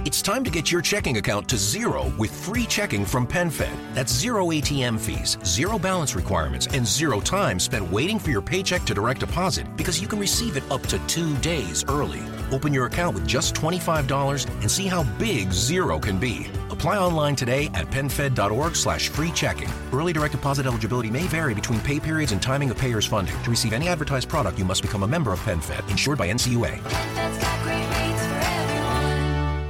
It's time to get your checking account to zero with free checking from PenFed. That's zero ATM fees, zero balance requirements, and zero time spent waiting for your paycheck to direct deposit because you can receive it up to 2 days early. Open your account with just $25 and see how big zero can be. Apply online today at PenFed.org/free checking. Early direct deposit eligibility may vary between pay periods and timing of payer's funding. To receive any advertised product, you must become a member of PenFed, insured by NCUA. PenFed's got great rates for everyone.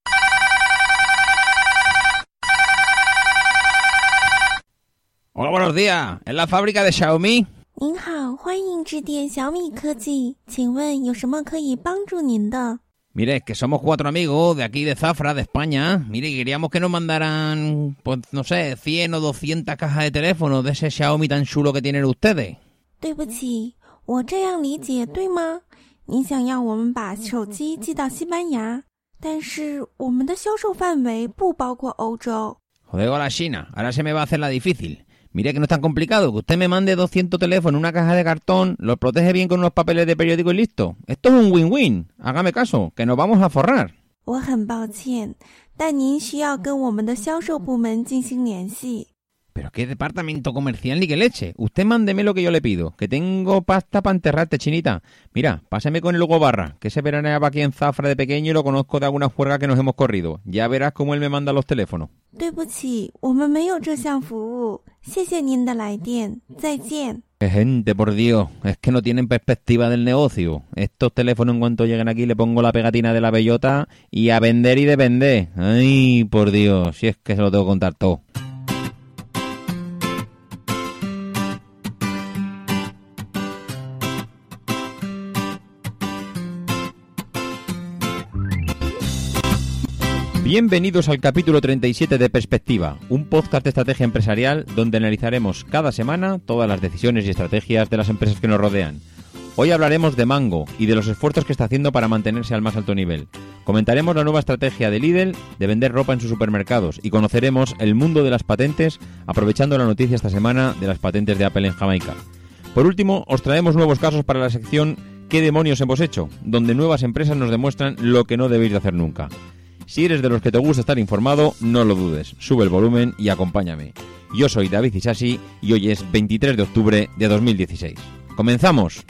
Hola, buenos días. ¿Es la fábrica de Xiaomi? 您好，欢迎致电小米科技，请问有什么可以帮助您的？ Mire, es que somos 4 amigos de aquí de Zafra, de España. Mire, queríamos que nos mandaran, pues no sé, 100 o 200 cajas de teléfono de ese Xiaomi tan chulo que tienen ustedes. 对不起，我这样理解对吗？您想要我们把手机寄到西班牙，但是我们的销售范围不包括欧洲。 Joder, a la China, ahora se me va a hacer la difícil. Mire que no es tan complicado, que usted me mande 200 teléfonos en una caja de cartón, los protege bien con unos papeles de periódico y listo. Esto es un win-win. Hágame caso, que nos vamos a forrar. 我很抱歉，但您需要跟我们的销售部门进行联系。 Pero qué departamento comercial ni qué leche. Usted mándeme lo que yo le pido, que tengo pasta para enterrarte, chinita. Mira, páseme con el Hugo Barra, que se veraneaba aquí en Zafra de pequeño y lo conozco de alguna juerga que nos hemos corrido. Ya verás cómo él me manda los teléfonos. 对不起，我们没有这项服务。谢谢您的来电，再见。 ¡Qué gente, por Dios! Es que no tienen perspectiva del negocio. Estos teléfonos en cuanto lleguen aquí le pongo la pegatina de la bellota y a vender y de vender. ¡Ay, por Dios! Si es que se lo tengo que contar todo. Bienvenidos al capítulo 37 de Perspectiva, un podcast de estrategia empresarial donde analizaremos cada semana todas las decisiones y estrategias de las empresas que nos rodean. Hoy hablaremos de Mango y de los esfuerzos que está haciendo para mantenerse al más alto nivel. Comentaremos la nueva estrategia de Lidl de vender ropa en sus supermercados y conoceremos el mundo de las patentes aprovechando la noticia esta semana de las patentes de Apple en Jamaica. Por último, os traemos nuevos casos para la sección ¿Qué demonios hemos hecho?, donde nuevas empresas nos demuestran lo que no debéis de hacer nunca. Si eres de los que te gusta estar informado, no lo dudes, sube el volumen y acompáñame. Yo soy David Isasi y hoy es 23 de octubre de 2016. ¡Comenzamos!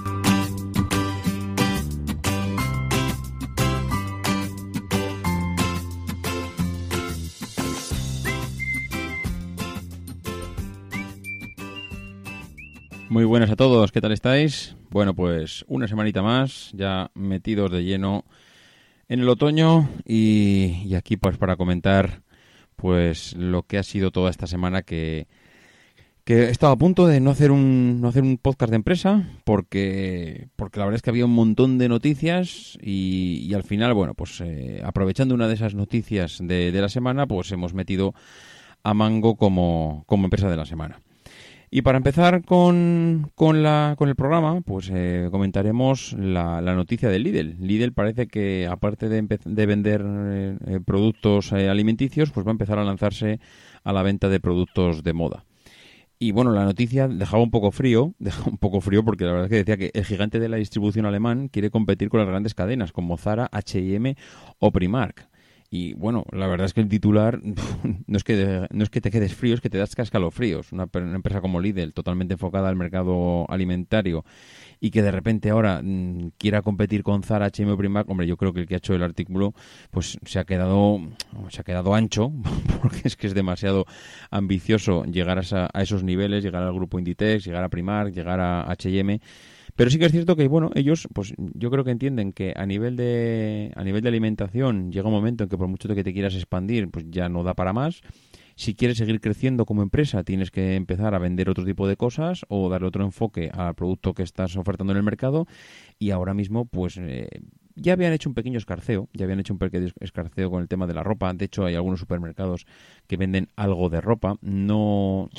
Muy buenas a todos, ¿qué tal estáis? Bueno, pues una semanita más, ya metidos de lleno en el otoño y aquí pues para comentar pues lo que ha sido toda esta semana que he estado a punto de no hacer un podcast de empresa porque la verdad es que había un montón de noticias y al final, bueno, pues aprovechando una de esas noticias de la semana, pues hemos metido a Mango como empresa de la semana. Y para empezar con el programa, pues comentaremos la noticia de Lidl. Lidl parece que, aparte de vender productos alimenticios, pues va a empezar a lanzarse a la venta de productos de moda. Y bueno, la noticia dejaba un poco frío porque la verdad es que decía que el gigante de la distribución alemán quiere competir con las grandes cadenas como Zara, H&M o Primark. Y bueno, la verdad es que el titular no es que te quedes frío, es que te das escalofríos. Una empresa como Lidl, totalmente enfocada al mercado alimentario y que de repente ahora quiera competir con Zara, H&M o Primark, hombre, yo creo que el que ha hecho el artículo pues se ha quedado ancho, porque es que es demasiado ambicioso llegar a esos niveles, llegar al grupo Inditex, llegar a Primark, llegar a H&M. Pero sí que es cierto que, bueno, ellos, pues yo creo que entienden que a nivel de alimentación llega un momento en que por mucho que te quieras expandir, pues ya no da para más. Si quieres seguir creciendo como empresa, tienes que empezar a vender otro tipo de cosas o darle otro enfoque al producto que estás ofertando en el mercado. Y ahora mismo, pues ya habían hecho un pequeño escarceo, con el tema de la ropa. De hecho, hay algunos supermercados que venden algo de ropa. No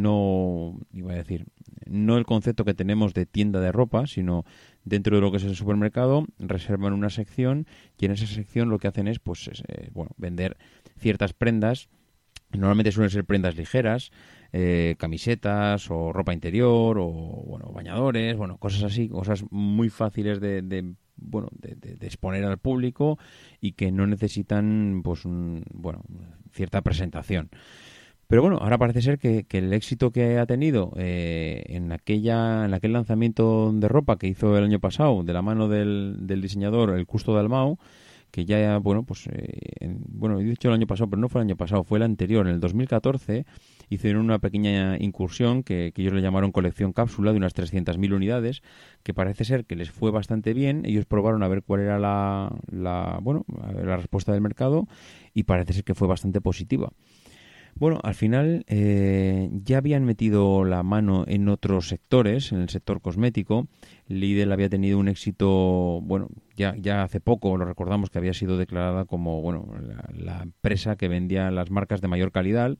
el concepto que tenemos de tienda de ropa, sino dentro de lo que es el supermercado, reservan una sección y en esa sección lo que hacen es vender ciertas prendas. Normalmente suelen ser prendas ligeras, camisetas o ropa interior o bañadores, cosas así, cosas muy fáciles de de exponer al público y que no necesitan pues cierta presentación. Pero bueno, ahora parece ser que el éxito que ha tenido en aquel lanzamiento de ropa que hizo el año pasado de la mano del diseñador, el Custo Dalmau, que ya, he dicho el año pasado, pero no fue el año pasado, fue el anterior, en el 2014, hicieron una pequeña incursión que ellos le llamaron colección cápsula de unas 300.000 unidades, que parece ser que les fue bastante bien. Ellos probaron a ver cuál era la respuesta del mercado y parece ser que fue bastante positiva. Bueno, al final ya habían metido la mano en otros sectores, en el sector cosmético. Lidl había tenido un éxito, ya hace poco, lo recordamos, que había sido declarada como la empresa que vendía las marcas de mayor calidad,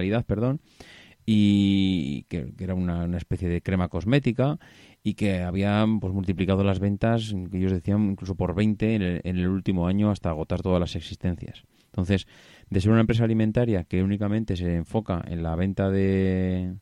y que era una especie de crema cosmética y que habían pues multiplicado las ventas, que ellos decían incluso por 20 en el último año, hasta agotar todas las existencias. Entonces, de ser una empresa alimentaria que únicamente se enfoca en la venta de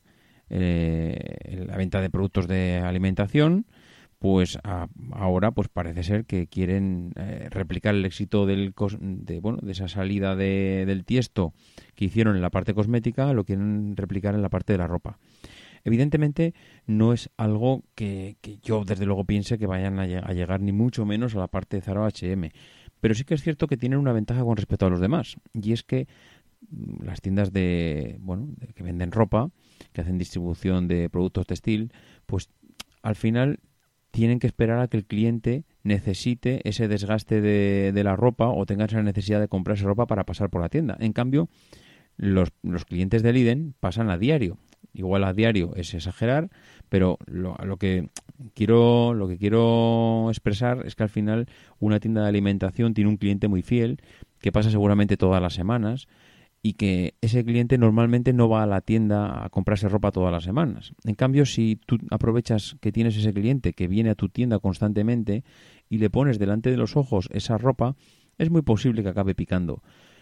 productos de alimentación, pues ahora pues parece ser que quieren replicar el éxito de esa salida del tiesto que hicieron en la parte cosmética, lo quieren replicar en la parte de la ropa. Evidentemente no es algo que yo desde luego piense que vayan a llegar ni mucho menos a la parte de Zara o H&M, pero sí que es cierto que tienen una ventaja con respecto a los demás, y es que las tiendas que venden ropa, que hacen distribución de productos textil, pues al final tienen que esperar a que el cliente necesite ese desgaste de la ropa o tenga esa necesidad de comprarse ropa para pasar por la tienda. En cambio, los clientes de Lidl pasan a diario. Igual a diario es exagerar, pero lo que quiero expresar es que al final una tienda de alimentación tiene un cliente muy fiel que pasa seguramente todas las semanas, y que ese cliente normalmente no va a la tienda a comprarse ropa todas las semanas. En cambio, si tú aprovechas que tienes ese cliente que viene a tu tienda constantemente y le pones delante de los ojos esa ropa, es muy posible que acabe picando.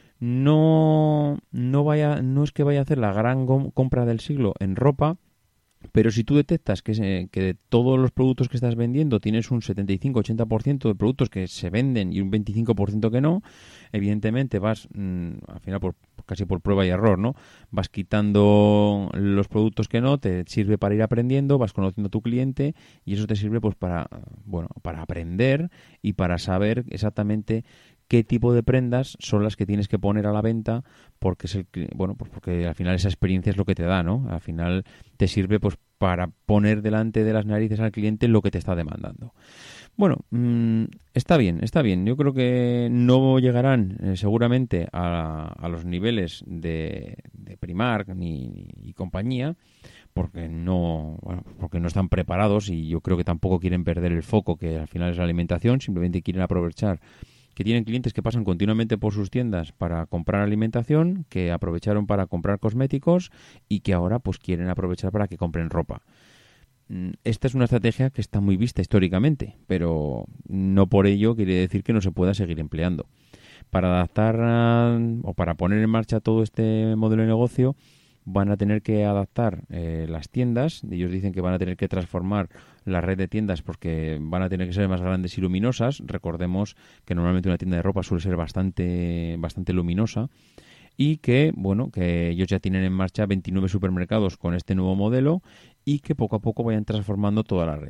No es que vaya a hacer la gran compra del siglo en ropa, pero si tú detectas que de todos los productos que estás vendiendo tienes un 75-80% de productos que se venden y un 25% que no, evidentemente vas al final casi por prueba y error, ¿no? Vas quitando los productos que no, te sirve para ir aprendiendo, vas conociendo a tu cliente, y eso te sirve pues para aprender y para saber exactamente qué tipo de prendas son las que tienes que poner a la venta, porque porque al final esa experiencia es lo que te da, ¿no? Al final te sirve pues para poner delante de las narices al cliente lo que te está demandando. Bueno, está bien. Yo creo que no llegarán seguramente a los niveles de Primark y compañía, porque no están preparados, y yo creo que tampoco quieren perder el foco, que al final es la alimentación. Simplemente quieren aprovechar que tienen clientes que pasan continuamente por sus tiendas para comprar alimentación, que aprovecharon para comprar cosméticos y que ahora pues quieren aprovechar para que compren ropa. Esta es una estrategia que está muy vista históricamente, pero no por ello quiere decir que no se pueda seguir empleando. Para adaptar o para poner en marcha todo este modelo de negocio, van a tener que adaptar las tiendas. Ellos dicen que van a tener que transformar la red de tiendas porque van a tener que ser más grandes y luminosas. Recordemos que normalmente una tienda de ropa suele ser bastante luminosa, y que ellos ya tienen en marcha 29 supermercados con este nuevo modelo, y que poco a poco vayan transformando toda la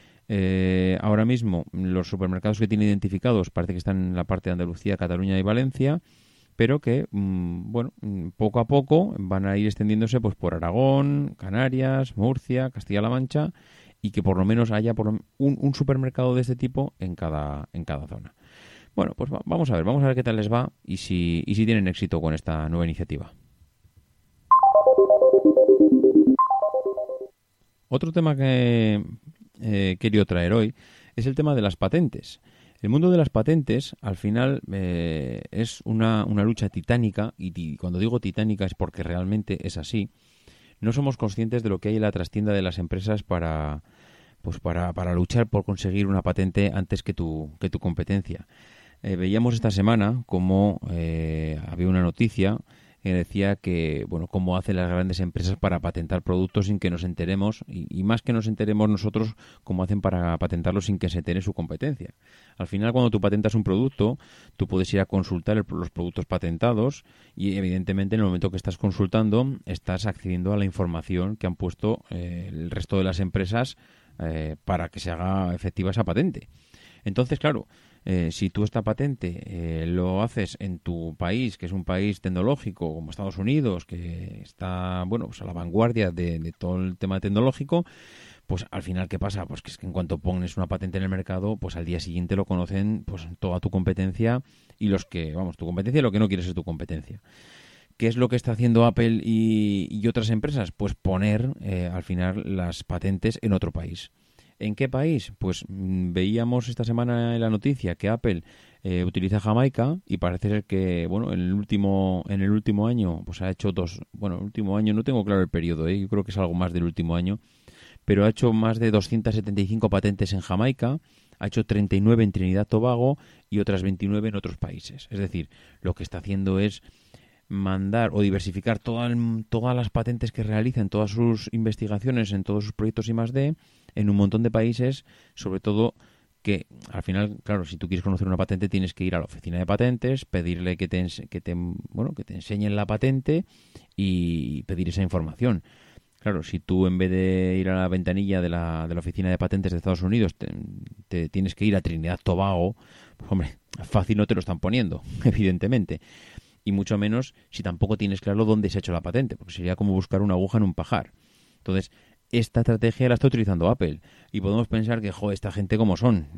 red. Ahora mismo los supermercados que tienen identificados parece que están en la parte de Andalucía, Cataluña y Valencia, pero que poco a poco van a ir extendiéndose pues por Aragón, Canarias, Murcia, Castilla-La Mancha, y que por lo menos haya un supermercado de este tipo en cada zona. Bueno, pues vamos a ver qué tal les va y si tienen éxito con esta nueva iniciativa. Otro tema que he querido traer hoy es el tema de las patentes. El mundo de las patentes, al final, es una lucha titánica, y cuando digo titánica es porque realmente es así. No somos conscientes de lo que hay en la trastienda de las empresas para luchar por conseguir una patente antes que tu competencia. Veíamos esta semana como había una noticia que decía que, bueno, cómo hacen las grandes empresas para patentar productos sin que nos enteremos, y más que nos enteremos nosotros, cómo hacen para patentarlos sin que se entere su competencia. Al final, cuando tú patentas un producto, tú puedes ir a consultar los productos patentados y, evidentemente, en el momento que estás consultando, estás accediendo a la información que han puesto el resto de las empresas para que se haga efectiva esa patente. Entonces, claro, si tú esta patente lo haces en tu país, que es un país tecnológico como Estados Unidos, que está, bueno, pues a la vanguardia de todo el tema tecnológico, pues al final, ¿qué pasa? Pues que es que en cuanto pones una patente en el mercado, pues al día siguiente lo conocen pues toda tu competencia y los que, vamos, tu competencia y lo que no quieres es tu competencia. ¿Qué es lo que está haciendo Apple y otras empresas? Pues poner al final las patentes en otro país. ¿En qué país? Pues veíamos esta semana en la noticia que Apple utiliza Jamaica y parece ser que, bueno, en el último año pues ha hecho el último año no tengo claro el periodo, yo creo que es algo más del último año, pero ha hecho más de 275 patentes en Jamaica, ha hecho 39 en Trinidad y Tobago y otras 29 en otros países. Es decir, lo que está haciendo es mandar o diversificar todas las patentes que realiza en todas sus investigaciones, en todos sus proyectos I+D, en un montón de países, sobre todo que al final, claro, si tú quieres conocer una patente tienes que ir a la oficina de patentes, pedirle que te enseñen la patente y pedir esa información. Claro, si tú en vez de ir a la ventanilla de la oficina de patentes de Estados Unidos te tienes que ir a Trinidad y Tobago, pues hombre, fácil no te lo están poniendo, evidentemente. Y mucho menos si tampoco tienes claro dónde se ha hecho la patente, porque sería como buscar una aguja en un pajar. Entonces, esta estrategia la está utilizando Apple y podemos pensar que, esta gente como son,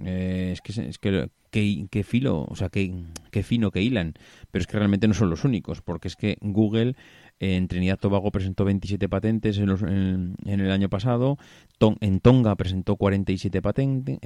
qué filo, o sea, qué fino que hilan, pero es que realmente no son los únicos, porque es que Google en Trinidad y Tobago presentó 27 patentes en el año pasado, en Tonga presentó 47 patentes,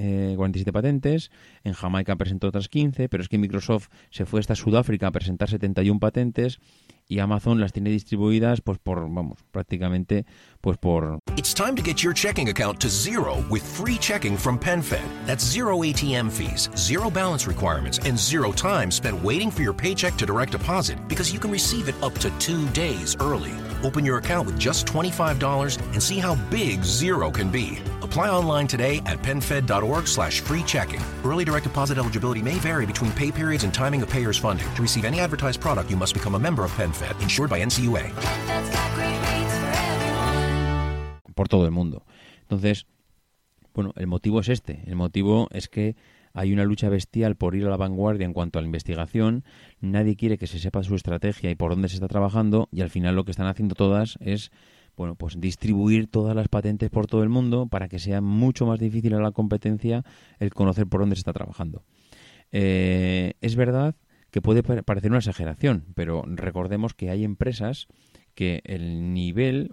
en Jamaica presentó otras 15, pero es que Microsoft se fue hasta Sudáfrica a presentar 71 patentes y Amazon las tiene distribuidas pues prácticamente por... It's time to get your checking account to zero with free checking from PenFed. That's zero ATM fees, zero balance requirements, and zero time spent waiting for your paycheck to direct deposit because you can receive it up to 2 days early. Open your account with just $25 and see how big zero can be. Apply online today at PenFed.org/free checking. Early direct deposit eligibility may vary between pay periods and timing of payer's funding. To receive any advertised product, you must become a member of PenFed, insured by NCUA. PenFed's got great rates for everyone. por todo el mundo. Entonces, bueno, el motivo es este. El motivo es que hay una lucha bestial por ir a la vanguardia en cuanto a la investigación. Nadie quiere que se sepa su estrategia y por dónde se está trabajando, y al final lo que están haciendo todas es, bueno, pues distribuir todas las patentes por todo el mundo para que sea mucho más difícil a la competencia el conocer por dónde se está trabajando. Es verdad que puede parecer una exageración, pero recordemos que hay empresas que el nivel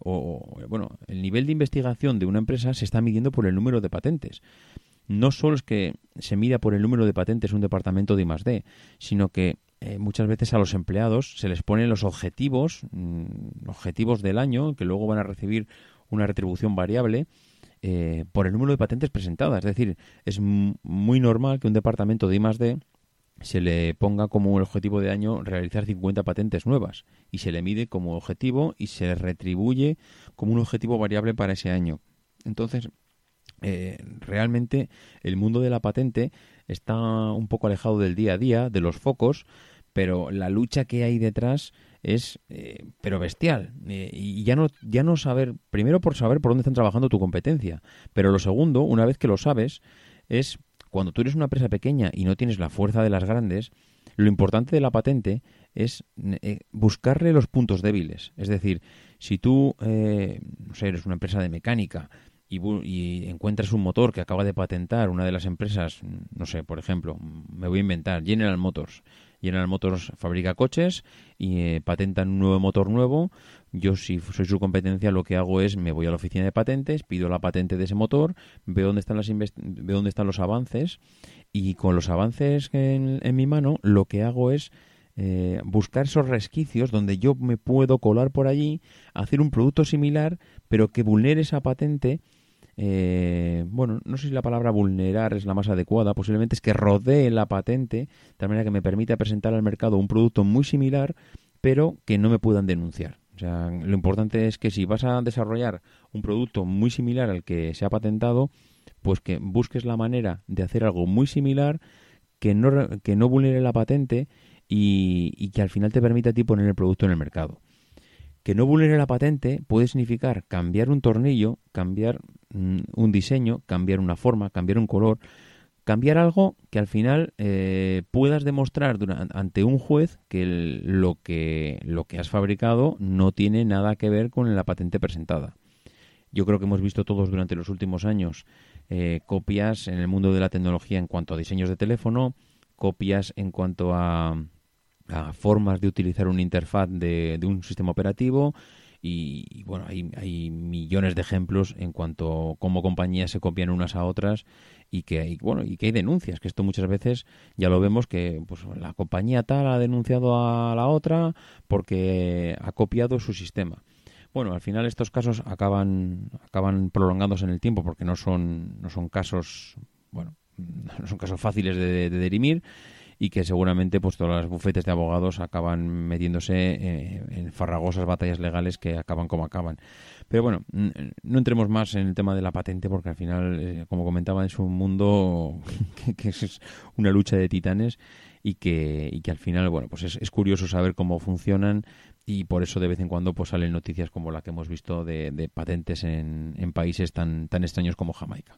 de investigación de una empresa se está midiendo por el número de patentes. No solo es que se mida por el número de patentes un departamento de I+D, sino que muchas veces a los empleados se les ponen los objetivos del año, que luego van a recibir una retribución variable por el número de patentes presentadas. Es decir, es muy normal que un departamento de I+D se le ponga como el objetivo de año realizar 50 patentes nuevas y se le mide como objetivo y se le retribuye como un objetivo variable para ese año. Entonces, realmente el mundo de la patente está un poco alejado del día a día, de los focos, pero la lucha que hay detrás es pero bestial. Y ya no saber, primero por saber por dónde están trabajando tu competencia, pero lo segundo, una vez que lo sabes, es cuando tú eres una empresa pequeña y no tienes la fuerza de las grandes, lo importante de la patente es buscarle los puntos débiles. Es decir, si tú eres una empresa de mecánica y encuentras un motor que acaba de patentar una de las empresas, no sé, por ejemplo, me voy a inventar, General Motors. General Motors fabrica coches y patentan un nuevo motor nuevo. Yo, si soy su competencia, lo que hago es me voy a la oficina de patentes, pido la patente de ese motor, veo dónde están los avances, y con los avances en mi mano lo que hago es buscar esos resquicios donde yo me puedo colar por allí, hacer un producto similar, pero que vulnere esa patente. No sé si la palabra vulnerar es la más adecuada, posiblemente es que rodee la patente de tal manera que me permita presentar al mercado un producto muy similar, pero que no me puedan denunciar. O sea, lo importante es que si vas a desarrollar un producto muy similar al que se ha patentado, pues que busques la manera de hacer algo muy similar que no vulnere la patente y que al final te permita a ti poner el producto en el mercado. Que no vulnere la patente puede significar cambiar un tornillo, cambiar un diseño, cambiar una forma, cambiar un color, cambiar algo que al final puedas demostrar ante un juez que lo que has fabricado no tiene nada que ver con la patente presentada. Yo creo que hemos visto todos durante los últimos años copias en el mundo de la tecnología en cuanto a diseños de teléfono, copias en cuanto a formas de utilizar una interfaz de un sistema operativo y bueno, hay millones de ejemplos en cuanto a cómo compañías se copian unas a otras y que hay denuncias, que esto muchas veces ya lo vemos que pues la compañía tal ha denunciado a la otra porque ha copiado su sistema. Bueno, al final estos casos acaban prolongándose en el tiempo porque no son casos, bueno, no son casos fáciles de dirimir y que seguramente pues todas las bufetes de abogados acaban metiéndose en farragosas batallas legales que acaban como acaban. Pero bueno, no entremos más en el tema de la patente porque al final, como comentaba, es un mundo que es una lucha de titanes y que al final, bueno, pues es curioso saber cómo funcionan y por eso de vez en cuando pues salen noticias como la que hemos visto de patentes en países tan extraños como Jamaica.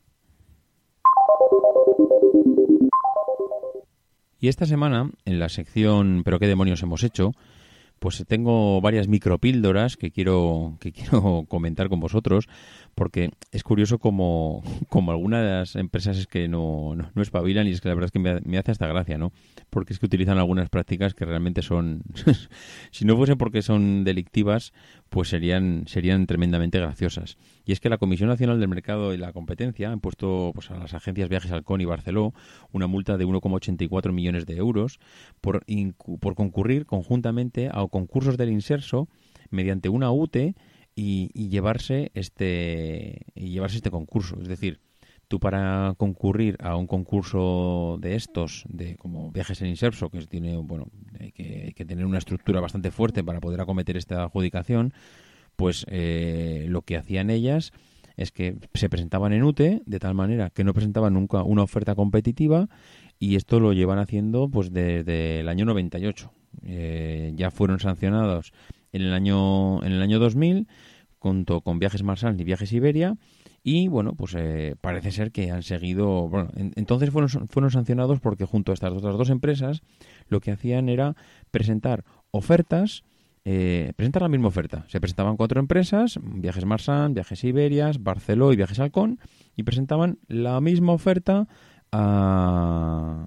Y esta semana, en la sección ¿Pero qué demonios hemos hecho?, pues tengo varias micropíldoras que quiero comentar con vosotros, porque es curioso como algunas de las empresas es que no espabilan y es que la verdad es que me hace hasta gracia, ¿no? Porque es que utilizan algunas prácticas que realmente son, si no fuesen porque son delictivas, pues serían tremendamente graciosas. Y es que la Comisión Nacional del Mercado y la Competencia han puesto pues, a las agencias Viajes Halcón y Barceló una multa de 1,84 millones de euros por concurrir conjuntamente a concursos del Inserso mediante una UTE y llevarse este concurso. Es decir, tú para concurrir a un concurso de estos, de como Viajes en Inserso, que tiene, bueno, hay que tener una estructura bastante fuerte para poder acometer esta adjudicación, pues lo que hacían ellas es que se presentaban en UTE de tal manera que no presentaban nunca una oferta competitiva y esto lo llevan haciendo pues desde el año 98. Ya fueron sancionados en el año 2000 junto con Viajes Marsal y Viajes Iberia y bueno, pues parece ser que han seguido, bueno, entonces fueron sancionados porque junto a estas otras dos empresas lo que hacían era presentar ofertas, presentar la misma oferta. Se presentaban 4 empresas, Viajes Marsal, Viajes Iberias, Barceló y Viajes Halcón, y presentaban la misma oferta al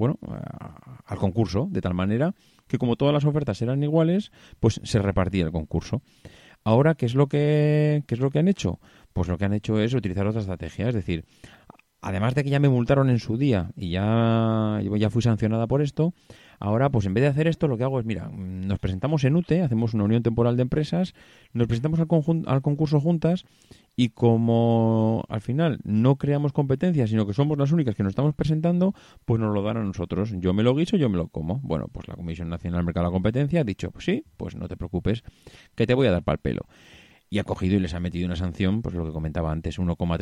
concurso, de tal manera que como todas las ofertas eran iguales, pues se repartía el concurso. Ahora, ¿qué es lo que han hecho? Pues lo que han hecho es utilizar otra estrategia, es decir, además de que ya me multaron en su día y ya fui sancionada por esto, ahora pues en vez de hacer esto lo que hago es, mira, nos presentamos en UTE, hacemos una unión temporal de empresas, nos presentamos al concurso juntas y como al final no creamos competencia, sino que somos las únicas que nos estamos presentando, pues nos lo dan a nosotros. Yo me lo guiso, yo me lo como. Bueno, pues la Comisión Nacional del Mercado de la Competencia ha dicho, pues sí, pues no te preocupes, que te voy a dar pa'l pelo. Y ha cogido y les ha metido una sanción, pues lo que comentaba antes,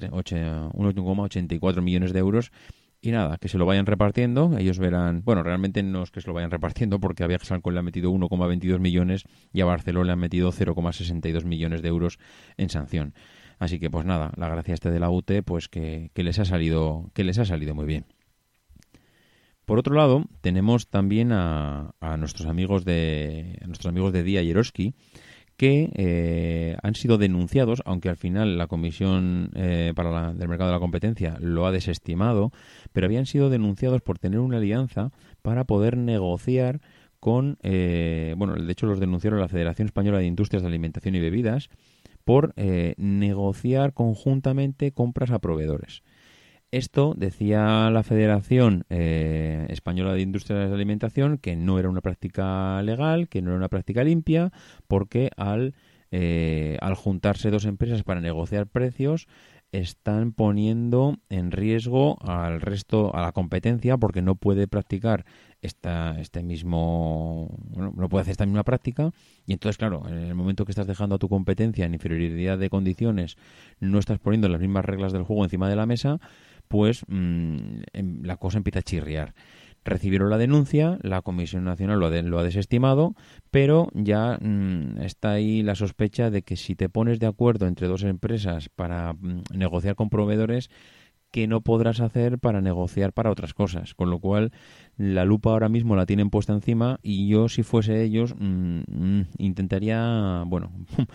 1,84 millones de euros. Y nada, que se lo vayan repartiendo, ellos verán... Bueno, realmente no es que se lo vayan repartiendo, porque a Viajes Halcón le han metido 1,22 millones y a Barcelona le han metido 0,62 millones de euros en sanción. Así que pues nada, la gracia de la UTE, pues que les ha salido muy bien. Por otro lado, tenemos también a nuestros amigos de Dia y Eroski, que han sido denunciados, aunque al final la Comisión del Mercado de la Competencia lo ha desestimado, pero habían sido denunciados por tener una alianza para poder negociar con... de hecho los denunciaron la Federación Española de Industrias de Alimentación y Bebidas por negociar conjuntamente compras a proveedores. Esto decía la Federación Española de Industrias de Alimentación que no era una práctica legal, que no era una práctica limpia, porque al juntarse dos empresas para negociar precios están poniendo en riesgo al resto, a la competencia, porque no puede practicar este mismo no puede hacer esta misma práctica y entonces, claro, en el momento que estás dejando a tu competencia en inferioridad de condiciones, no estás poniendo las mismas reglas del juego encima de la mesa, pues la cosa empieza a chirriar. Recibieron la denuncia, la Comisión Nacional lo ha desestimado, pero ya está ahí la sospecha de que si te pones de acuerdo entre dos empresas para negociar con proveedores, que no podrás hacer para negociar para otras cosas, con lo cual la lupa ahora mismo la tienen puesta encima y yo, si fuese ellos, intentaría, bueno,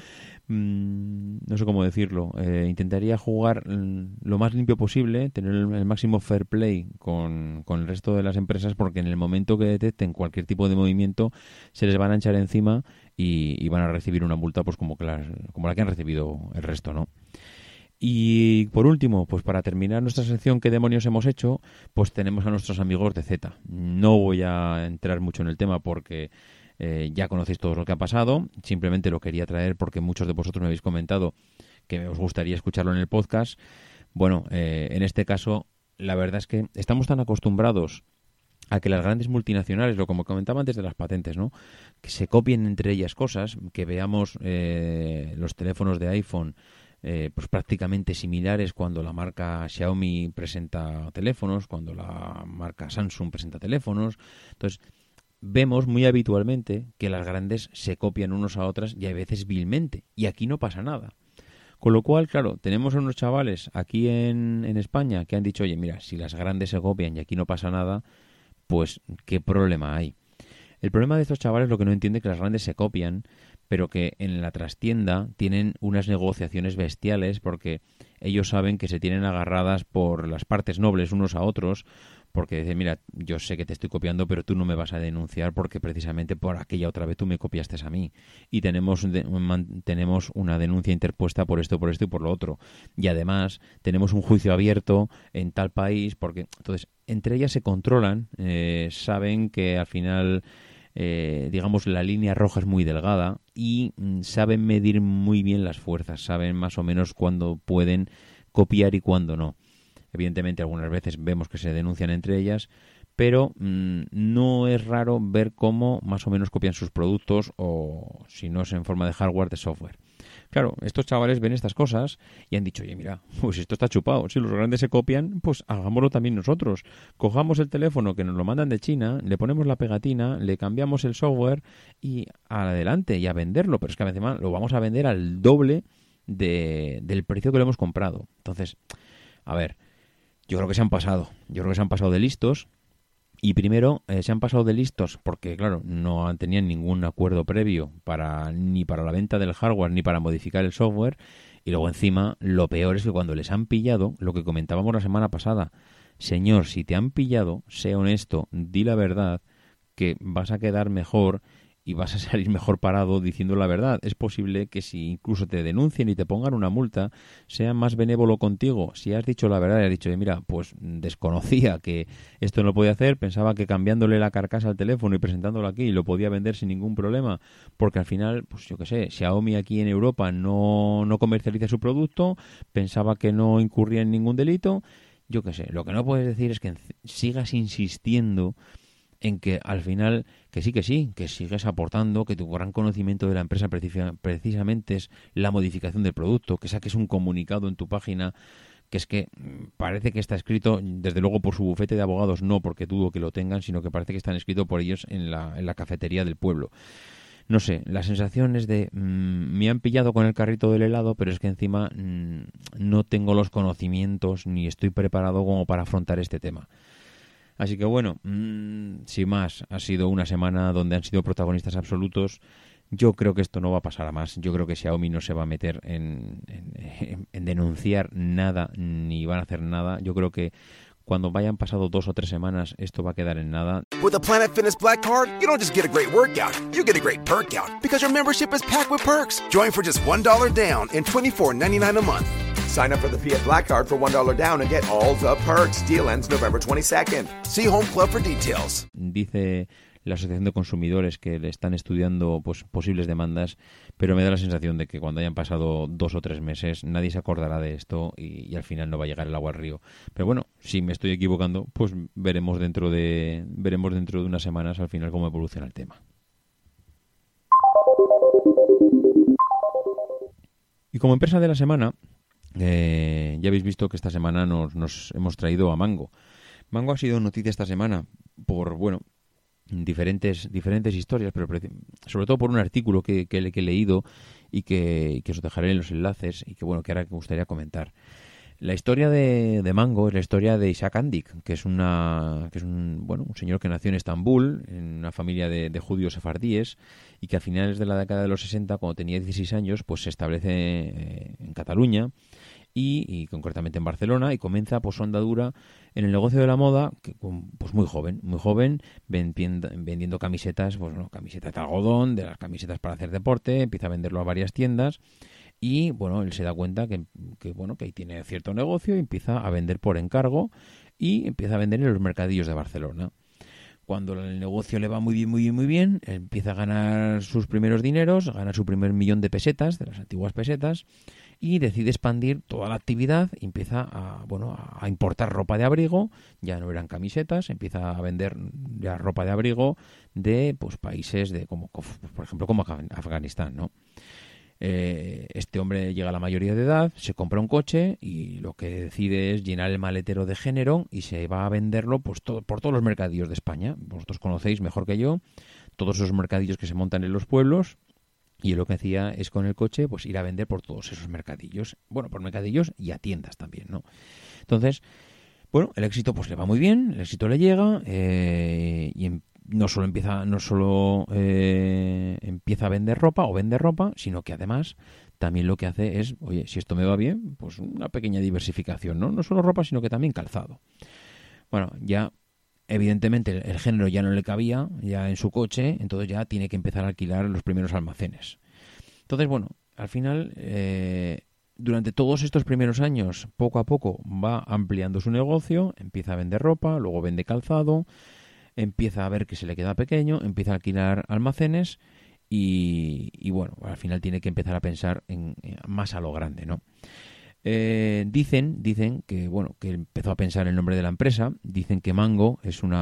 no sé cómo decirlo, intentaría jugar lo más limpio posible, tener el máximo fair play con el resto de las empresas, porque en el momento que detecten cualquier tipo de movimiento se les van a echar encima y van a recibir una multa pues como la que han recibido el resto, ¿no? Y por último, pues para terminar nuestra sección ¿qué demonios hemos hecho? Pues tenemos a nuestros amigos de Z. No voy a entrar mucho en el tema porque ya conocéis todo lo que ha pasado. Simplemente lo quería traer porque muchos de vosotros me habéis comentado que os gustaría escucharlo en el podcast. Bueno, en este caso, la verdad es que estamos tan acostumbrados a que las grandes multinacionales, lo como comentaba antes de las patentes, ¿no? Que se copien entre ellas cosas, que veamos los teléfonos de iPhone pues prácticamente similares cuando la marca Xiaomi presenta teléfonos, cuando la marca Samsung presenta teléfonos. Entonces, vemos muy habitualmente que las grandes se copian unos a otras y a veces vilmente. Y aquí no pasa nada. Con lo cual, claro, tenemos a unos chavales aquí en España que han dicho, oye, mira, si las grandes se copian y aquí no pasa nada, pues ¿qué problema hay? El problema de estos chavales lo que no entienden es que las grandes se copian, pero que en la trastienda tienen unas negociaciones bestiales porque ellos saben que se tienen agarradas por las partes nobles unos a otros, porque dicen, mira, yo sé que te estoy copiando, pero tú no me vas a denunciar porque precisamente por aquella otra vez tú me copiaste a mí. Y tenemos una denuncia interpuesta por esto y por lo otro. Y además tenemos un juicio abierto en tal país, porque entonces entre ellas se controlan, saben que al final digamos la línea roja es muy delgada y saben medir muy bien las fuerzas, saben más o menos cuándo pueden copiar y cuándo no. Evidentemente algunas veces vemos que se denuncian entre ellas, pero no es raro ver cómo más o menos copian sus productos o si no es en forma de hardware, de software. Claro, estos chavales ven estas cosas y han dicho, oye, mira, pues esto está chupado. Si los grandes se copian, pues hagámoslo también nosotros. Cojamos el teléfono que nos lo mandan de China, le ponemos la pegatina, le cambiamos el software y adelante y a venderlo. Pero es que además lo vamos a vender al doble del precio que lo hemos comprado. Entonces, a ver, yo creo que se han pasado. Yo creo que se han pasado de listos. Y primero se han pasado de listos porque, claro, no tenían ningún acuerdo previo ni para la venta del hardware ni para modificar el software. Y luego encima, lo peor es que cuando les han pillado, lo que comentábamos la semana pasada, señor, si te han pillado, sé honesto, di la verdad, que vas a quedar mejor y vas a salir mejor parado diciendo la verdad. Es posible que si incluso te denuncien y te pongan una multa, sea más benévolo contigo. Si has dicho la verdad y has dicho, mira, pues desconocía que esto no lo podía hacer, pensaba que cambiándole la carcasa al teléfono y presentándolo aquí lo podía vender sin ningún problema, porque al final, pues yo qué sé, Xiaomi aquí en Europa no comercializa su producto, pensaba que no incurría en ningún delito, yo qué sé. Lo que no puedes decir es que sigas insistiendo en que al final, que sigues aportando, que tu gran conocimiento de la empresa precisamente es la modificación del producto, que saques un comunicado en tu página, que es que parece que está escrito, desde luego por su bufete de abogados, no porque dudo que lo tengan, sino que parece que están escritos por ellos en la cafetería del pueblo. No sé, la sensación es de me han pillado con el carrito del helado, pero es que encima no tengo los conocimientos ni estoy preparado como para afrontar este tema. Así que bueno, sin más, ha sido una semana donde han sido protagonistas absolutos. Yo creo que esto no va a pasar a más. Yo creo que Xiaomi no se va a meter en denunciar nada, ni van a hacer nada. Yo creo que cuando vayan pasado 2 o 3 semanas, esto va a quedar en nada. With a Planet Fitness Black Card, you don't just get a great workout, you get a great perk out because your membership is packed with perks. Join for just $1 down and $24.99 a month. Sign up for the Fiat Black Card for $1 down and get all the perks. Deal ends November 22nd. See Home Club for details. Dice la Asociación de Consumidores que le están estudiando pues posibles demandas, pero me da la sensación de que cuando hayan pasado 2 o 3 meses nadie se acordará de esto y al final no va a llegar el agua al río. Pero bueno, si me estoy equivocando, pues veremos dentro de unas semanas al final cómo evoluciona el tema. Y como empresa de la semana, ya habéis visto que esta semana nos hemos traído a Mango. Mango ha sido noticia esta semana por, bueno, diferentes historias, pero sobre todo por un artículo que he leído y que os dejaré en los enlaces y que, bueno, que ahora me gustaría comentar. La historia de Mango es la historia de Ishak Andik, que es un señor que nació en Estambul, en una familia de judíos sefardíes, y que a finales de la década de los 60, cuando tenía 16 años, pues se establece en Cataluña y concretamente en Barcelona, y comienza pues su andadura en el negocio de la moda, pues muy joven, vendiendo camisetas, pues no, camisetas de algodón, de las camisetas para hacer deporte, empieza a venderlo a varias tiendas. Y, bueno, él se da cuenta que ahí tiene cierto negocio y empieza a vender por encargo y empieza a vender en los mercadillos de Barcelona. Cuando el negocio le va muy bien, empieza a ganar sus primeros dineros, gana su primer 1.000.000 de pesetas, de las antiguas pesetas, y decide expandir toda la actividad y empieza a importar ropa de abrigo. Ya no eran camisetas, empieza a vender ya ropa de abrigo de pues países como por ejemplo como Afganistán, ¿no? Este hombre llega a la mayoría de edad, se compra un coche y lo que decide es llenar el maletero de género y se va a venderlo pues por todos los mercadillos de España. Vosotros conocéis mejor que yo todos esos mercadillos que se montan en los pueblos, y él lo que hacía es con el coche pues ir a vender por todos esos mercadillos, bueno, por mercadillos y a tiendas también, ¿no? Entonces, bueno, el éxito pues le va muy bien, el éxito le llega y no solo empieza a vender ropa, sino que además también lo que hace es, oye, si esto me va bien, pues una pequeña diversificación, ¿no? No solo ropa, sino que también calzado. Bueno, ya evidentemente el género ya no le cabía ya en su coche, entonces ya tiene que empezar a alquilar los primeros almacenes. Entonces, bueno, al final, durante todos estos primeros años, poco a poco va ampliando su negocio, empieza a vender ropa, luego vende calzado, empieza a ver que se le queda pequeño, empieza a alquilar almacenes y bueno, al final tiene que empezar a pensar más a lo grande, ¿no? Dicen que, bueno, que empezó a pensar el nombre de la empresa. Dicen que Mango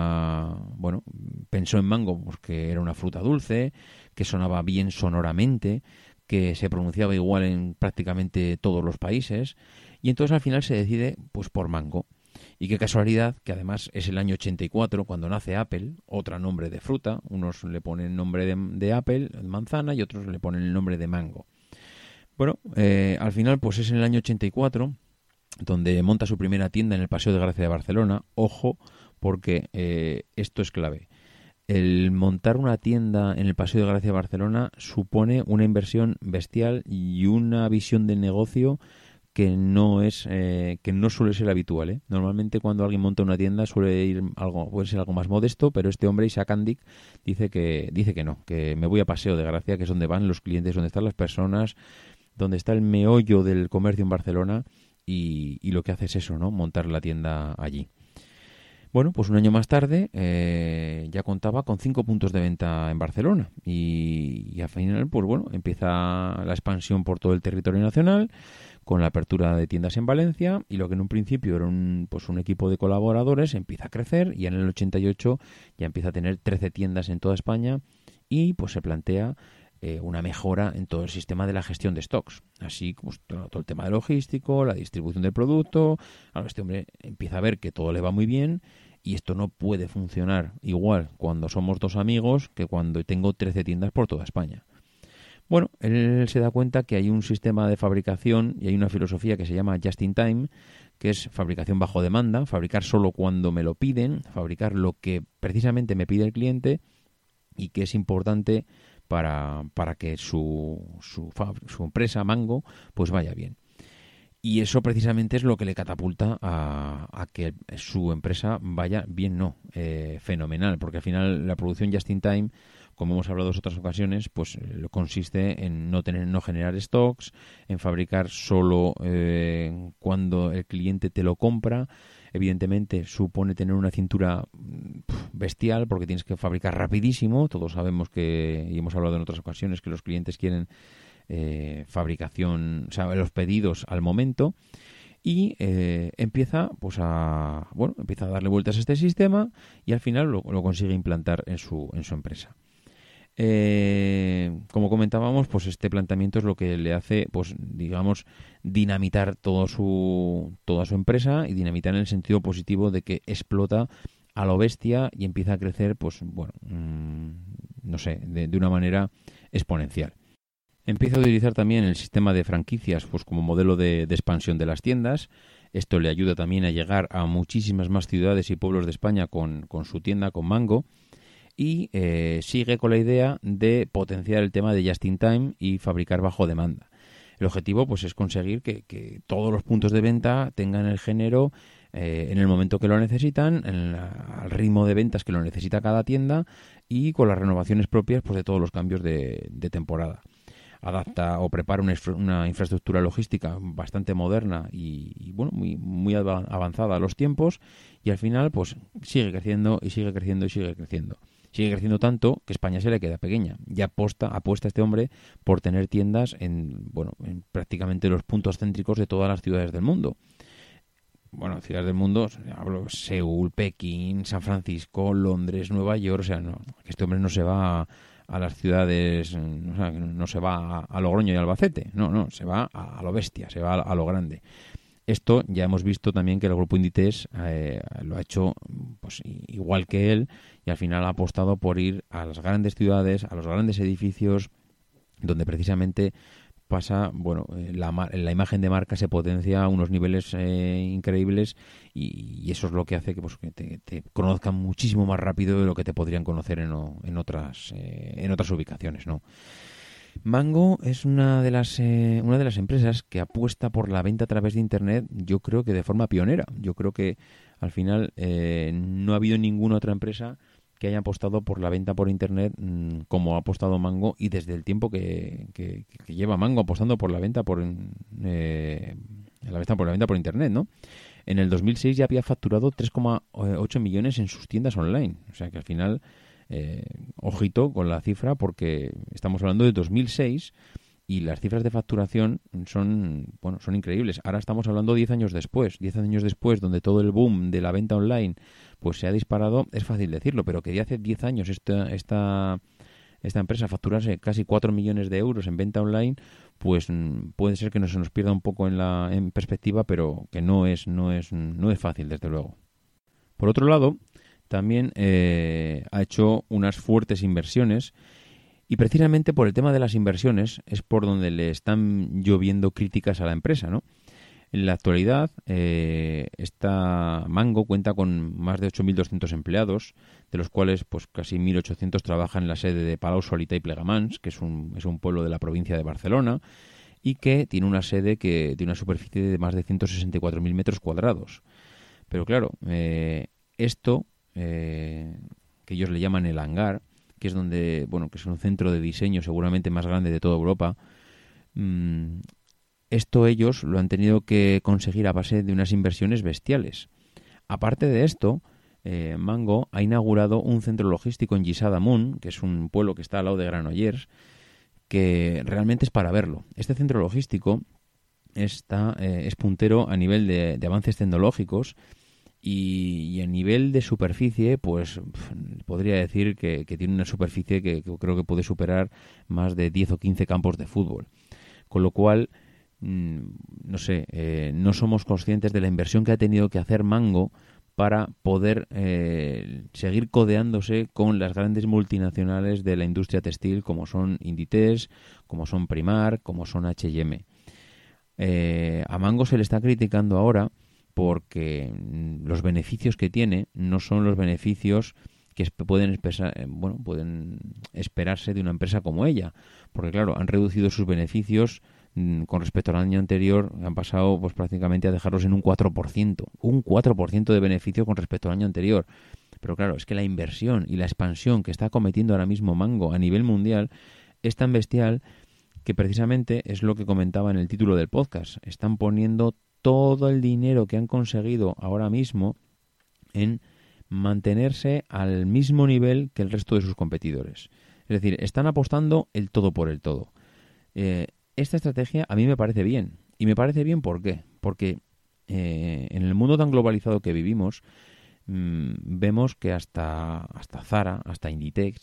pensó en mango porque era una fruta dulce, que sonaba bien sonoramente, que se pronunciaba igual en prácticamente todos los países, y entonces al final se decide pues por Mango. Y qué casualidad que además es el año 84 cuando nace Apple, otro nombre de fruta. Unos le ponen el nombre de Apple, manzana, y otros le ponen el nombre de Mango. Bueno, al final pues es en el año 84 donde monta su primera tienda en el Paseo de Gracia de Barcelona. Ojo, porque esto es clave. El montar una tienda en el Paseo de Gracia de Barcelona supone una inversión bestial y una visión del negocio que no suele ser habitual, ¿eh? Normalmente cuando alguien monta una tienda puede ser algo más modesto, pero este hombre, Ishak Andik, dice que no, que me voy a Paseo de Gracia, que es donde van los clientes, donde están las personas, donde está el meollo del comercio en Barcelona, y lo que hace es eso, ¿no? Montar la tienda allí. Bueno, pues un año más tarde ya contaba con 5 puntos de venta en Barcelona y al final, pues bueno, empieza la expansión por todo el territorio nacional con la apertura de tiendas en Valencia, y lo que en un principio era un equipo de colaboradores empieza a crecer, y en el 88 ya empieza a tener 13 tiendas en toda España y pues se plantea una mejora en todo el sistema de la gestión de stocks, así como todo el tema de logístico, la distribución del producto. Ahora este hombre empieza a ver que todo le va muy bien y esto no puede funcionar igual cuando somos dos amigos que cuando tengo 13 tiendas por toda España. Bueno, él se da cuenta que hay un sistema de fabricación y hay una filosofía que se llama Just in Time, que es fabricación bajo demanda, fabricar solo cuando me lo piden, fabricar lo que precisamente me pide el cliente, y que es importante para que su empresa Mango pues vaya bien. Y eso precisamente es lo que le catapulta a que su empresa vaya bien, fenomenal, porque al final la producción just in time, como hemos hablado en otras ocasiones, pues consiste en no generar stocks, en fabricar solo cuando el cliente te lo compra. Evidentemente supone tener una cintura bestial porque tienes que fabricar rapidísimo. Todos sabemos y hemos hablado en otras ocasiones, que los clientes quieren fabricación, o sea, los pedidos al momento. Y empieza a darle vueltas a este sistema y al final lo consigue implantar en su empresa. como comentábamos, pues este planteamiento es lo que le hace, pues digamos, dinamitar toda su empresa, y dinamitar en el sentido positivo de que explota a lo bestia y empieza a crecer, pues bueno, no sé, de una manera exponencial. Empieza a utilizar también el sistema de franquicias, pues como modelo de expansión de las tiendas. Esto le ayuda también a llegar a muchísimas más ciudades y pueblos de España con su tienda, con Mango. Y sigue con la idea de potenciar el tema de just in time y fabricar bajo demanda. El objetivo, pues, es conseguir que todos los puntos de venta tengan el género en el momento que lo necesitan, al ritmo de ventas que lo necesita cada tienda, y con las renovaciones propias, pues, de todos los cambios de temporada. Adapta o prepara una infraestructura logística bastante moderna y bueno, muy avanzada a los tiempos, y al final, pues, sigue creciendo y sigue creciendo y sigue creciendo. Sigue creciendo tanto que España se le queda pequeña. Ya apuesta este hombre por tener tiendas en prácticamente los puntos céntricos de todas las ciudades del mundo. Bueno, ciudades del mundo, hablo Seúl, Pekín, San Francisco, Londres, Nueva York. O sea, no, este hombre no se va a las ciudades, o sea, no se va a Logroño y Albacete. No, se va a lo bestia, se va a lo grande. Esto ya hemos visto también que el grupo Inditex lo ha hecho, pues, igual que él, y al final ha apostado por ir a las grandes ciudades, a los grandes edificios, donde precisamente pasa, bueno, la imagen de marca se potencia a unos niveles increíbles, y eso es lo que hace que, pues, que te conozcan muchísimo más rápido de lo que te podrían conocer en otras ubicaciones, ¿no? Mango es una de las empresas que apuesta por la venta a través de Internet, yo creo que de forma pionera. Yo creo que al final no ha habido ninguna otra empresa que haya apostado por la venta por Internet como ha apostado Mango, y desde el tiempo que lleva Mango apostando por la venta por Internet, ¿no? En el 2006 ya había facturado 3,8 millones en sus tiendas online. O sea que al final... ojito con la cifra, porque estamos hablando de 2006 y las cifras de facturación son increíbles. Ahora estamos hablando 10 años después, donde todo el boom de la venta online, pues, se ha disparado. Es fácil decirlo, pero que de hace 10 años esta empresa facturase casi 4 millones de euros en venta online, pues puede ser que no se nos pierda un poco en perspectiva, pero que no es fácil, desde luego. Por otro lado, también ha hecho unas fuertes inversiones, y precisamente por el tema de las inversiones es por donde le están lloviendo críticas a la empresa, ¿no? En la actualidad, esta Mango cuenta con más de 8.200 empleados, de los cuales, pues, casi 1.800 trabajan en la sede de Palau Solità y Plegamans, que es un pueblo de la provincia de Barcelona, y que tiene una sede que tiene una superficie de más de 164.000 metros cuadrados. Pero claro, esto... que ellos le llaman el hangar, que es donde, bueno, que es un centro de diseño seguramente más grande de toda Europa. Esto ellos lo han tenido que conseguir a base de unas inversiones bestiales. Aparte de esto, Mango ha inaugurado un centro logístico en Lliçà d'Amunt, que es un pueblo que está al lado de Granollers, que realmente es para verlo. Este centro logístico es puntero a nivel de avances tecnológicos, y a nivel de superficie, pues podría decir que tiene una superficie que creo que puede superar más de 10 o 15 campos de fútbol. Con lo cual, no sé, no somos conscientes de la inversión que ha tenido que hacer Mango para poder seguir codeándose con las grandes multinacionales de la industria textil, como son Inditex, como son Primark, como son H&M. A Mango se le está criticando ahora porque los beneficios que tiene no son los beneficios que pueden esperarse de una empresa como ella, porque claro, han reducido sus beneficios con respecto al año anterior, han pasado, pues, prácticamente a dejarlos en un 4% de beneficio con respecto al año anterior. Pero claro, es que la inversión y la expansión que está cometiendo ahora mismo Mango a nivel mundial es tan bestial que precisamente es lo que comentaba en el título del podcast. Están poniendo todo el dinero que han conseguido ahora mismo en mantenerse al mismo nivel que el resto de sus competidores. Es decir, están apostando el todo por el todo. Esta estrategia a mí me parece bien. ¿Y me parece bien por qué? Porque en el mundo tan globalizado que vivimos, vemos que hasta Zara, hasta Inditex,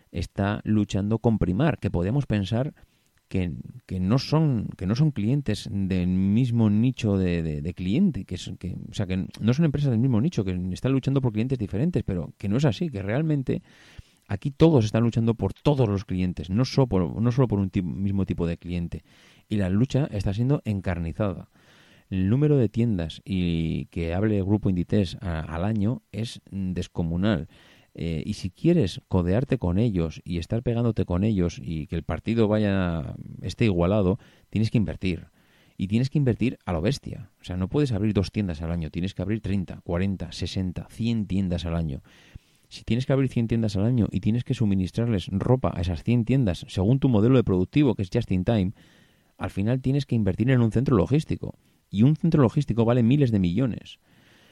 está luchando con Primark, que podríamos pensar que no son clientes del mismo nicho de cliente, o sea, que no son empresas del mismo nicho, que están luchando por clientes diferentes, pero que no es así, que realmente aquí todos están luchando por todos los clientes, no solo por un mismo tipo de cliente. Y la lucha está siendo encarnizada. El número de tiendas y que hable el grupo Inditex al año es descomunal. Y si quieres codearte con ellos y estar pegándote con ellos y que el partido esté igualado, tienes que invertir. Y tienes que invertir a lo bestia. O sea, no puedes abrir 2 tiendas al año, tienes que abrir 30, 40, 60, 100 tiendas al año. Si tienes que abrir 100 tiendas al año y tienes que suministrarles ropa a esas 100 tiendas según tu modelo de productivo, que es just in time, al final tienes que invertir en un centro logístico. Y un centro logístico vale miles de millones.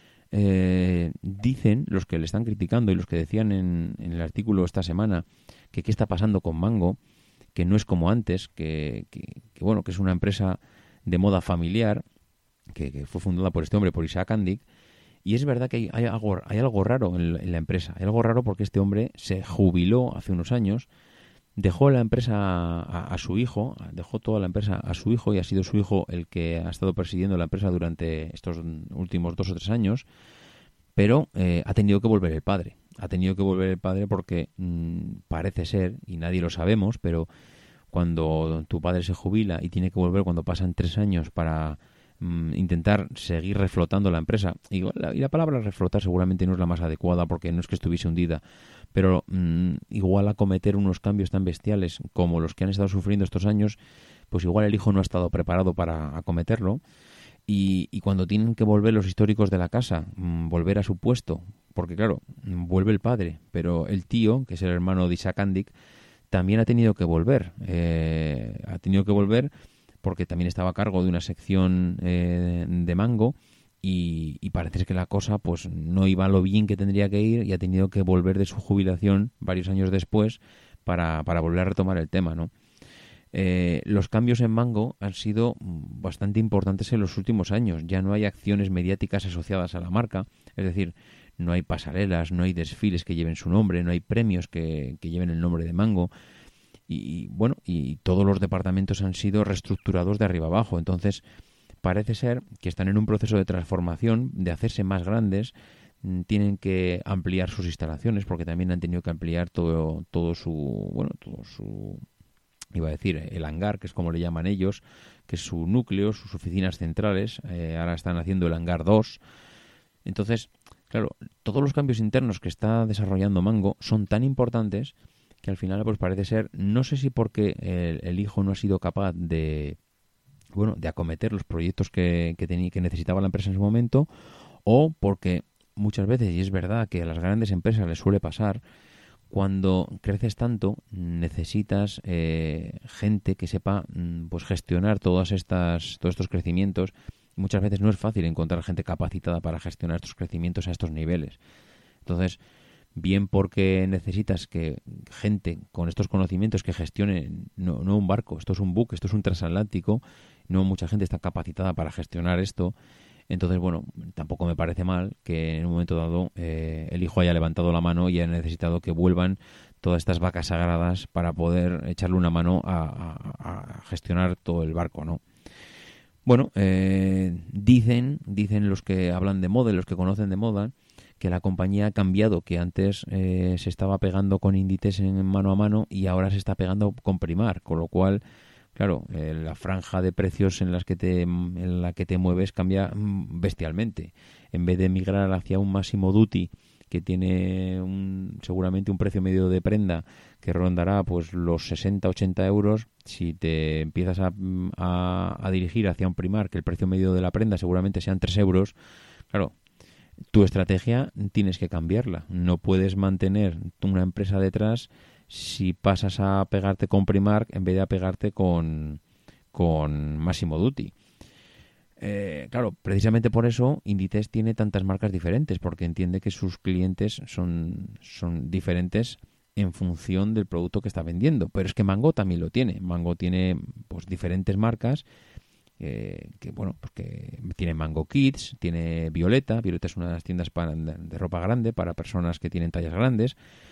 Dicen los que le están criticando y los que decían en el artículo esta semana que qué está pasando con Mango, que no es como antes, que es una empresa de moda familiar que fue fundada por este hombre, por Isaac Andic. Y es verdad que hay algo raro en la empresa. Hay algo raro porque este hombre se jubiló hace unos años, dejó la empresa a su hijo, dejó toda la empresa a su hijo y ha sido su hijo el que ha estado presidiendo la empresa durante estos últimos 2 o 3 años, pero ha tenido que volver el padre. Ha tenido que volver el padre porque parece ser, y nadie lo sabemos, pero cuando tu padre se jubila y tiene que volver cuando pasan 3 años para intentar seguir reflotando la empresa, y la palabra reflotar seguramente no es la más adecuada porque no es que estuviese hundida, pero igual acometer unos cambios tan bestiales como los que han estado sufriendo estos años, pues igual el hijo no ha estado preparado para acometerlo, y cuando tienen que volver los históricos de la casa, volver a su puesto, porque claro, vuelve el padre, pero el tío, que es el hermano de Isaac Andic, también ha tenido que volver, porque también estaba a cargo de una sección de Mango y parece que la cosa pues no iba lo bien que tendría que ir y ha tenido que volver de su jubilación varios años después para volver a retomar el tema, ¿no? Los cambios en Mango han sido bastante importantes en los últimos años. Ya no hay acciones mediáticas asociadas a la marca, es decir, no hay pasarelas, no hay desfiles que lleven su nombre, no hay premios que lleven el nombre de Mango. Y todos los departamentos han sido reestructurados de arriba abajo. Entonces, parece ser que están en un proceso de transformación, de hacerse más grandes. Tienen que ampliar sus instalaciones porque también han tenido que ampliar todo su iba a decir el hangar, que es como le llaman ellos, que es su núcleo, sus oficinas centrales. Ahora están haciendo el hangar 2. Entonces, claro, todos los cambios internos que está desarrollando Mango son tan importantes que al final pues parece ser, no sé si porque el hijo no ha sido capaz de acometer los proyectos que necesitaba la empresa en su momento, o porque muchas veces, y es verdad que a las grandes empresas les suele pasar, cuando creces tanto necesitas gente que sepa pues gestionar todos estos crecimientos. Muchas veces no es fácil encontrar gente capacitada para gestionar estos crecimientos a estos niveles. Entonces, bien porque necesitas que gente con estos conocimientos que gestione no un barco, esto es un buque, esto es un transatlántico, no mucha gente está capacitada para gestionar esto. Entonces, tampoco me parece mal que en un momento dado el hijo haya levantado la mano y haya necesitado que vuelvan todas estas vacas sagradas para poder echarle una mano a gestionar todo el barco, ¿no? Dicen los que hablan de moda, los que conocen de moda, que la compañía ha cambiado, que antes se estaba pegando con Inditex en mano a mano y ahora se está pegando con Primark, con lo cual, claro, la franja de precios en la que te mueves cambia bestialmente. En vez de migrar hacia un Massimo Dutti que tiene seguramente un precio medio de prenda que rondará pues los 60-80 euros, si te empiezas a dirigir hacia un Primark, que el precio medio de la prenda seguramente sean 3 euros, claro, tu estrategia tienes que cambiarla. No puedes mantener una empresa detrás si pasas a pegarte con Primark en vez de a pegarte con Massimo Dutti. Claro, precisamente por eso Inditex tiene tantas marcas diferentes, porque entiende que sus clientes son diferentes en función del producto que está vendiendo. Pero es que Mango también lo tiene. Mango tiene pues diferentes marcas que tiene Mango Kids, tiene Violeta. Violeta es una de las tiendas de ropa grande para personas que tienen tallas grandes.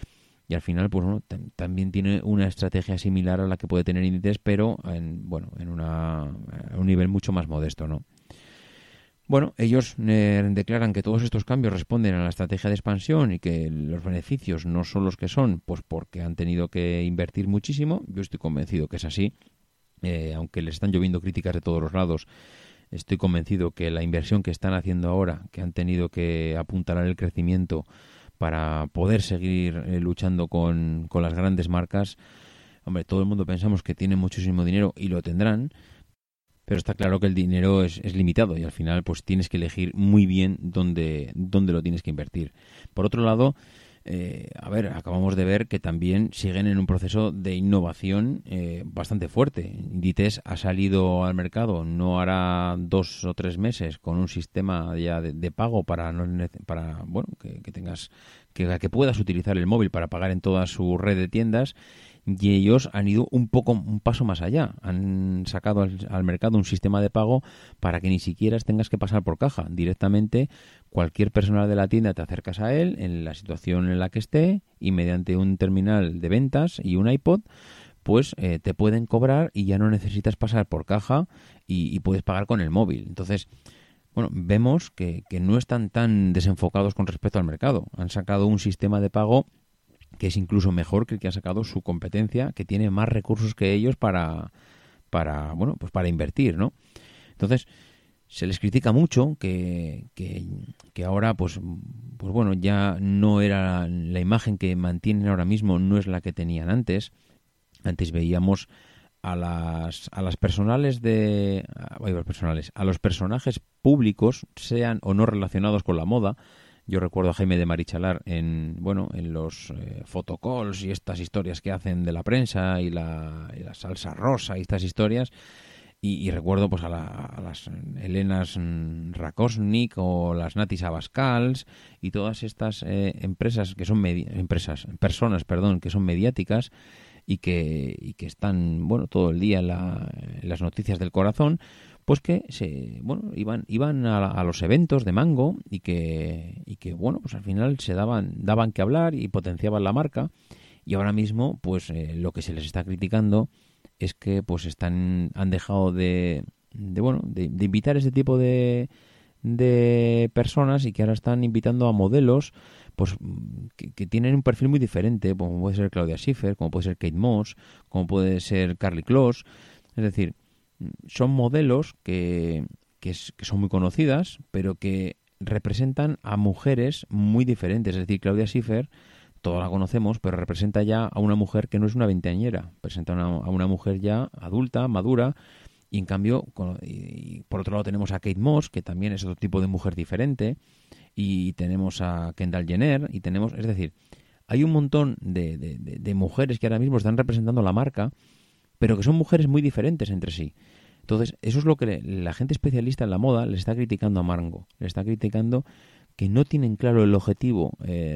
y al final pues bueno, también tiene una estrategia similar a la que puede tener Inditex, pero a un nivel mucho más modesto, ¿no? Bueno, ellos declaran que todos estos cambios responden a la estrategia de expansión y que los beneficios no son los que son, pues porque han tenido que invertir muchísimo. Yo estoy convencido que es así, aunque les están lloviendo críticas de todos los lados. Estoy convencido que la inversión que están haciendo ahora, que han tenido que apuntalar el crecimiento para poder seguir luchando con las grandes marcas, hombre, todo el mundo pensamos que tienen muchísimo dinero y lo tendrán, pero está claro que el dinero es limitado y al final pues tienes que elegir muy bien dónde lo tienes que invertir. Por otro lado, acabamos de ver que también siguen en un proceso de innovación bastante fuerte. Inditex ha salido al mercado no hará 2 o 3 meses con un sistema ya de pago para que tengas que puedas utilizar el móvil para pagar en toda su red de tiendas. Y ellos han ido un paso más allá. Han sacado al mercado un sistema de pago para que ni siquiera tengas que pasar por caja. Directamente, cualquier personal de la tienda te acercas a él en la situación en la que esté y mediante un terminal de ventas y un iPod, pues te pueden cobrar y ya no necesitas pasar por caja y puedes pagar con el móvil. Entonces, bueno, vemos que no están tan desenfocados con respecto al mercado. Han sacado un sistema de pago que es incluso mejor que el que ha sacado su competencia, que tiene más recursos que ellos para invertir, ¿no? Entonces, se les critica mucho que ahora, pues bueno, ya no era la imagen que mantienen ahora mismo, no es la que tenían antes. Antes veíamos a los personajes públicos, sean o no relacionados con la moda. Yo recuerdo a Jaime de Marichalar en los photocalls y estas historias que hacen de la prensa y la salsa rosa y estas historias. Y recuerdo pues a las Helenas Rakosnik o las Natis Abascals y todas estas empresas que son personas que son mediáticas y que están todo el día en las noticias del corazón, pues que iban a los eventos de Mango y que pues al final daban que hablar y potenciaban la marca. Y ahora mismo pues lo que se les está criticando es que pues han dejado de invitar ese tipo de personas y que ahora están invitando a modelos pues que tienen un perfil muy diferente, como puede ser Claudia Schiffer, como puede ser Kate Moss, como puede ser Karlie Kloss. Es decir, son modelos que son muy conocidas, pero que representan a mujeres muy diferentes. Es decir, Claudia Schiffer, todos la conocemos, pero representa ya a una mujer que no es una veinteañera. Presenta a una mujer ya adulta, madura, y en cambio, por otro lado tenemos a Kate Moss, que también es otro tipo de mujer diferente, y tenemos a Kendall Jenner, es decir, hay un montón de mujeres que ahora mismo están representando la marca, pero que son mujeres muy diferentes entre sí. Entonces, eso es lo que la gente especialista en la moda le está criticando a Mango. Le está criticando que no tienen claro el objetivo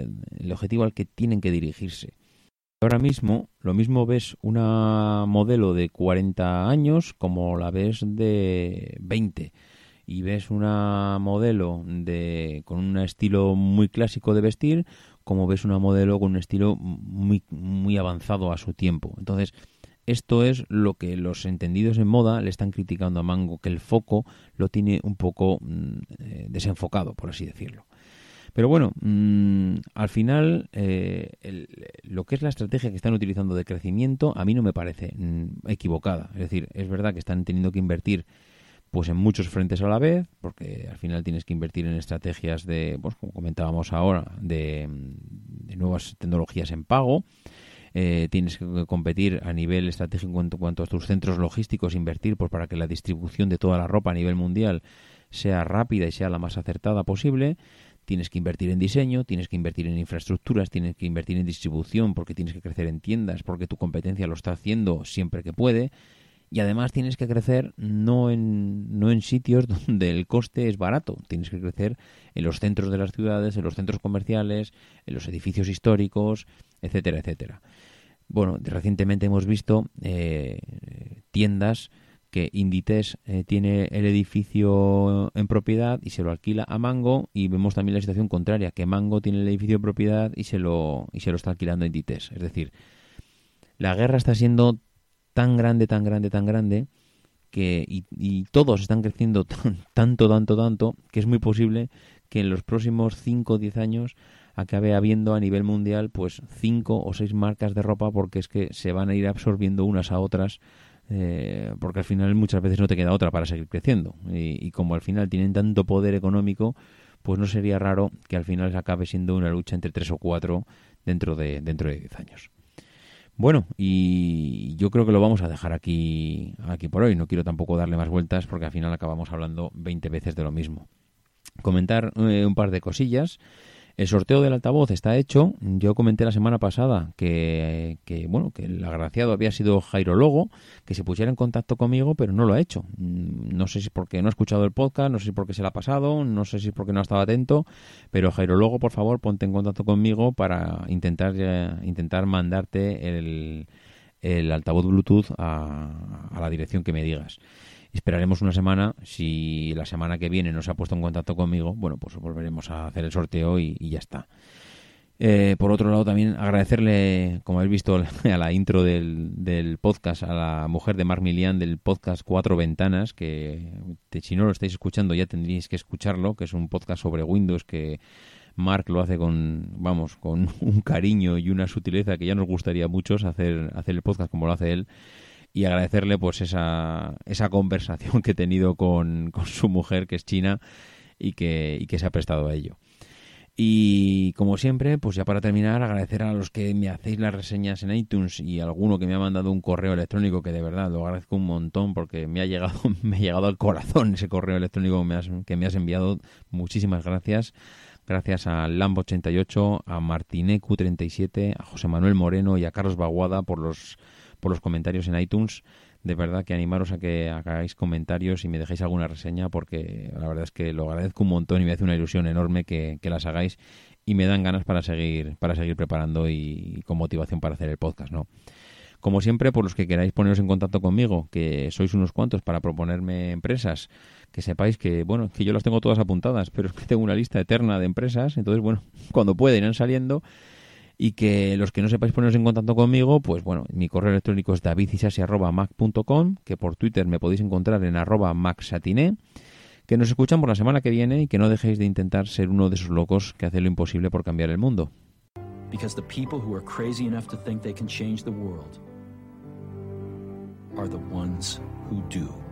al que tienen que dirigirse. Ahora mismo, lo mismo ves una modelo de 40 años como la ves de 20. Y ves una modelo con un estilo muy clásico de vestir, como ves una modelo con un estilo muy, muy avanzado a su tiempo. Entonces, esto es lo que los entendidos en moda le están criticando a Mango, que el foco lo tiene un poco desenfocado, por así decirlo. Pero bueno, al final lo que es la estrategia que están utilizando de crecimiento a mí no me parece equivocada. Es decir, es verdad que están teniendo que invertir pues en muchos frentes a la vez, porque al final tienes que invertir en estrategias como comentábamos ahora, de nuevas tecnologías en pago. Tienes que competir a nivel estratégico en cuanto a tus centros logísticos, invertir pues para que la distribución de toda la ropa a nivel mundial sea rápida y sea la más acertada posible. Tienes que invertir en diseño, tienes que invertir en infraestructuras, tienes que invertir en distribución porque tienes que crecer en tiendas, porque tu competencia lo está haciendo siempre que puede. Y además tienes que crecer no en sitios donde el coste es barato. Tienes que crecer en los centros de las ciudades, en los centros comerciales, en los edificios históricos, etcétera, etcétera. Bueno, recientemente hemos visto tiendas que Inditex tiene el edificio en propiedad y se lo alquila a Mango, y vemos también la situación contraria, que Mango tiene el edificio en propiedad y se lo está alquilando a Inditex. Es decir, la guerra está siendo tan grande, que y todos están creciendo tanto, que es muy posible que en los próximos 5 o 10 años acabe habiendo a nivel mundial pues 5 o 6 marcas de ropa, porque es que se van a ir absorbiendo unas a otras, porque al final muchas veces no te queda otra para seguir creciendo, y como al final tienen tanto poder económico, pues no sería raro que al final acabe siendo una lucha entre 3 o 4 dentro de 10 años. Bueno, y yo creo que lo vamos a dejar aquí por hoy. No quiero tampoco darle más vueltas, porque al final acabamos hablando 20 veces de lo mismo. Comentar un par de cosillas. El sorteo del altavoz está hecho. Yo comenté la semana pasada que el agraciado había sido Jairo Logo, que se pusiera en contacto conmigo, pero no lo ha hecho. No sé si es porque no ha escuchado el podcast, no sé si porque se le ha pasado, no sé si porque no ha estado atento, pero Jairo Logo, por favor, ponte en contacto conmigo para intentar mandarte el altavoz Bluetooth a la dirección que me digas. Esperaremos una semana. Si la semana que viene no se ha puesto en contacto conmigo, bueno, pues volveremos a hacer el sorteo y ya está. Por otro lado, también agradecerle, como habéis visto a la intro del podcast, a la mujer de Marc Milian del podcast Cuatro Ventanas, que si no lo estáis escuchando ya tendríais que escucharlo, que es un podcast sobre Windows que Marc lo hace con un cariño y una sutileza que ya nos gustaría mucho hacer el podcast como lo hace él. Y agradecerle pues esa conversación que he tenido con su mujer, que es china, y que se ha prestado a ello. Y como siempre, pues ya para terminar, agradecer a los que me hacéis las reseñas en iTunes, y alguno que me ha mandado un correo electrónico, que de verdad lo agradezco un montón, porque me ha llegado al corazón ese correo electrónico que me has enviado. Muchísimas gracias. Gracias a Lambo88, a Martinecu37, a José Manuel Moreno y a Carlos Baguada por los comentarios en iTunes. De verdad que animaros a que hagáis comentarios y me dejéis alguna reseña, porque la verdad es que lo agradezco un montón y me hace una ilusión enorme que las hagáis, y me dan ganas para seguir preparando y con motivación para hacer el podcast, ¿no? Como siempre, por los que queráis poneros en contacto conmigo, que sois unos cuantos, para proponerme empresas, que sepáis que, bueno, que yo las tengo todas apuntadas, pero es que tengo una lista eterna de empresas. Entonces, bueno, cuando pueden irán saliendo. Y que los que no sepáis poneros en contacto conmigo, pues bueno, mi correo electrónico es davidisasi@mac.com, que por Twitter me podéis encontrar en @macsatiné, que nos escuchamos la semana que viene, y que no dejéis de intentar ser uno de esos locos que hace lo imposible por cambiar el mundo. Because the people who are crazy enough to think they can change the world are the ones who do.